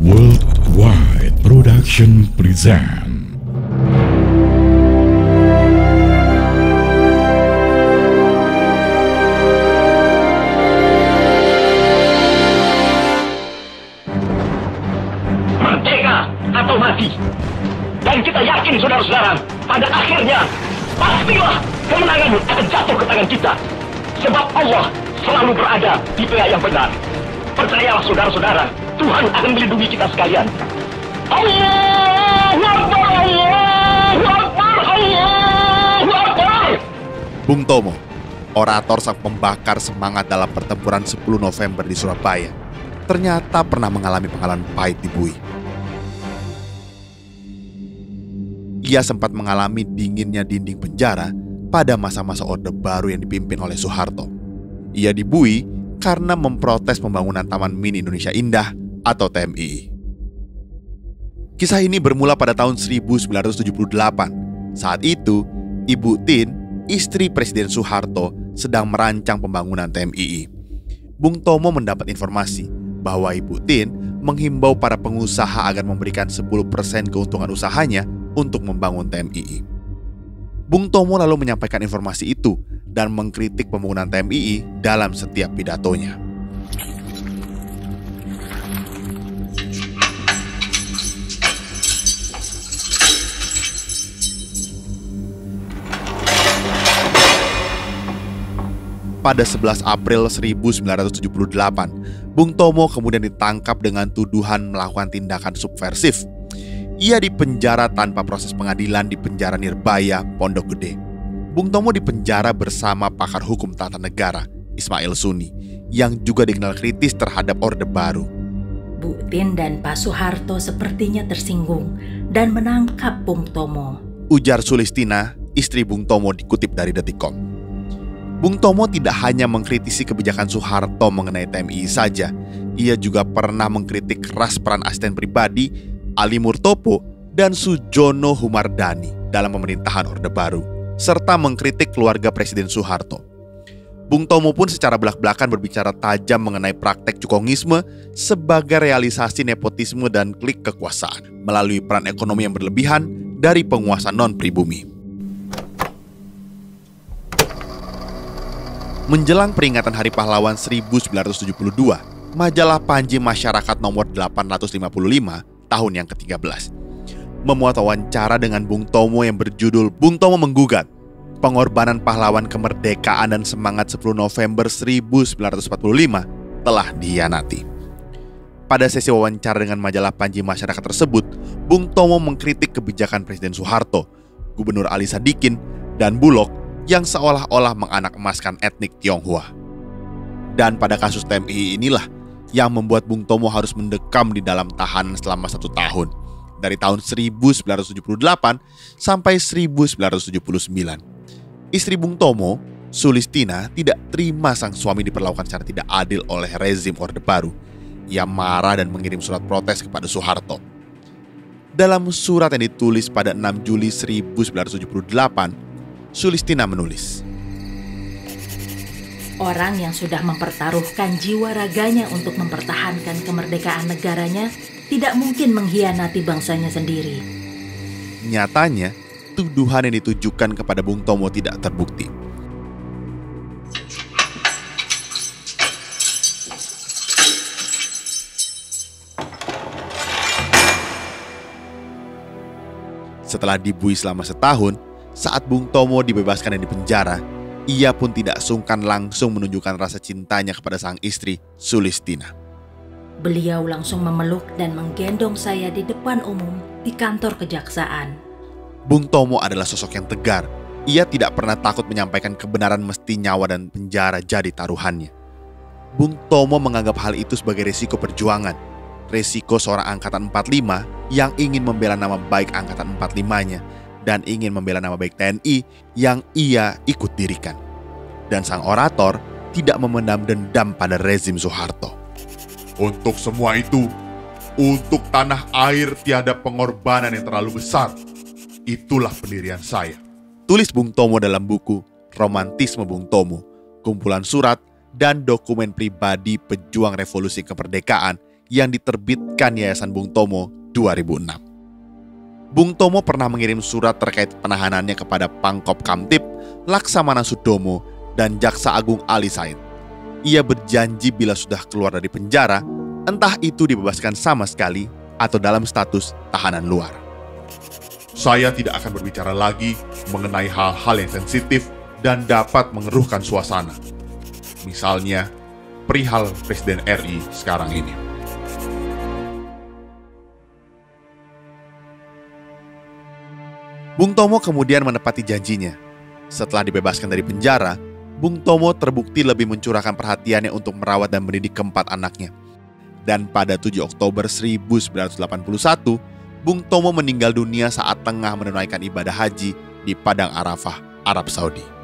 Worldwide Production present. Merdeka atau mati. Dan kita yakin, saudara-saudara, pada akhirnya pastilah kemenangan akan jatuh ke tangan kita. Sebab Allah selalu berada di pihak yang benar. Percayalah, saudara-saudara, Tuhan akan melindungi kita sekalian. Allahu Akbar, Allahu Akbar, Allahu Akbar. Bung Tomo, orator sang pembakar semangat dalam pertempuran 10 November di Surabaya, ternyata pernah mengalami pengalaman pahit di Bui. Ia sempat mengalami dinginnya dinding penjara pada masa-masa Orde Baru yang dipimpin oleh Soeharto. Ia dibui karena memprotes pembangunan Taman Mini Indonesia Indah atau TMII. Kisah ini bermula pada tahun 1978. Saat itu, Ibu Tin, istri Presiden Soeharto, sedang merancang pembangunan TMII. Bung Tomo mendapat informasi bahwa Ibu Tin menghimbau para pengusaha agar memberikan 10% keuntungan usahanya untuk membangun TMII. Bung Tomo lalu menyampaikan informasi itu dan mengkritik pembangunan TMII dalam setiap pidatonya. Pada 11 April 1978, Bung Tomo kemudian ditangkap dengan tuduhan melakukan tindakan subversif. Ia dipenjara tanpa proses pengadilan di penjara Nirbaya, Pondok Gede. Bung Tomo dipenjara bersama pakar hukum tata negara, Ismail Suni, yang juga dikenal kritis terhadap Orde Baru. Bu Tin dan Pak Soeharto sepertinya tersinggung dan menangkap Bung Tomo, ujar Sulistina, istri Bung Tomo, dikutip dari Detikcom. Bung Tomo tidak hanya mengkritisi kebijakan Soeharto mengenai TMII saja, ia juga pernah mengkritik keras peran asisten pribadi Ali Murtopo dan Sujono Humardani dalam pemerintahan Orde Baru, serta mengkritik keluarga Presiden Soeharto. Bung Tomo pun secara belak-belakan berbicara tajam mengenai praktek cukongisme sebagai realisasi nepotisme dan klik kekuasaan melalui peran ekonomi yang berlebihan dari penguasa non-pribumi. Menjelang peringatan Hari Pahlawan 1972, majalah Panji Masyarakat nomor 855 tahun yang ke-13 memuat wawancara dengan Bung Tomo yang berjudul Bung Tomo Menggugat, Pengorbanan Pahlawan Kemerdekaan dan Semangat 10 November 1945 telah dihianati. Pada sesi wawancara dengan majalah Panji Masyarakat tersebut, Bung Tomo mengkritik kebijakan Presiden Soeharto, Gubernur Ali Sadikin, dan Bulog yang seolah-olah menganak-emaskan etnik Tionghoa. Dan pada kasus TMII inilah yang membuat Bung Tomo harus mendekam di dalam tahanan selama 1 tahun, dari tahun 1978 sampai 1979. Istri Bung Tomo, Sulistina, tidak terima sang suami diperlakukan secara tidak adil oleh rezim Orde Baru. Ia marah dan mengirim surat protes kepada Soeharto. Dalam surat yang ditulis pada 6 Juli 1978, Sulistina menulis, orang yang sudah mempertaruhkan jiwa raganya untuk mempertahankan kemerdekaan negaranya tidak mungkin mengkhianati bangsanya sendiri. Nyatanya, tuduhan yang ditujukan kepada Bung Tomo tidak terbukti. Setelah dibui selama setahun, saat Bung Tomo dibebaskan dari penjara, ia pun tidak sungkan langsung menunjukkan rasa cintanya kepada sang istri, Sulistina. Beliau langsung memeluk dan menggendong saya di depan umum di kantor kejaksaan. Bung Tomo adalah sosok yang tegar. Ia tidak pernah takut menyampaikan kebenaran meski nyawa dan penjara jadi taruhannya. Bung Tomo menganggap hal itu sebagai resiko perjuangan. Resiko seorang angkatan 45 yang ingin membela nama baik angkatan 45-nya dan ingin membela nama baik TNI yang ia ikut dirikan. Dan sang orator tidak memendam dendam pada rezim Soeharto. Untuk semua itu, untuk tanah air tiada pengorbanan yang terlalu besar. Itulah pendirian saya. Tulis Bung Tomo dalam buku Romantisme Bung Tomo, kumpulan surat dan dokumen pribadi pejuang revolusi kemerdekaan yang diterbitkan Yayasan Bung Tomo 2006. Bung Tomo pernah mengirim surat terkait penahanannya kepada Pangkop Kamtib, Laksamana Sudomo, dan Jaksa Agung Ali Said. Ia berjanji bila sudah keluar dari penjara, entah itu dibebaskan sama sekali atau dalam status tahanan luar. Saya tidak akan berbicara lagi mengenai hal-hal yang sensitif dan dapat mengeruhkan suasana. Misalnya, perihal Presiden RI sekarang ini. Bung Tomo kemudian menepati janjinya. Setelah dibebaskan dari penjara, Bung Tomo terbukti lebih mencurahkan perhatiannya untuk merawat dan mendidik keempat anaknya. Dan pada 7 Oktober 1981, Bung Tomo meninggal dunia saat tengah menunaikan ibadah haji di Padang Arafah, Arab Saudi.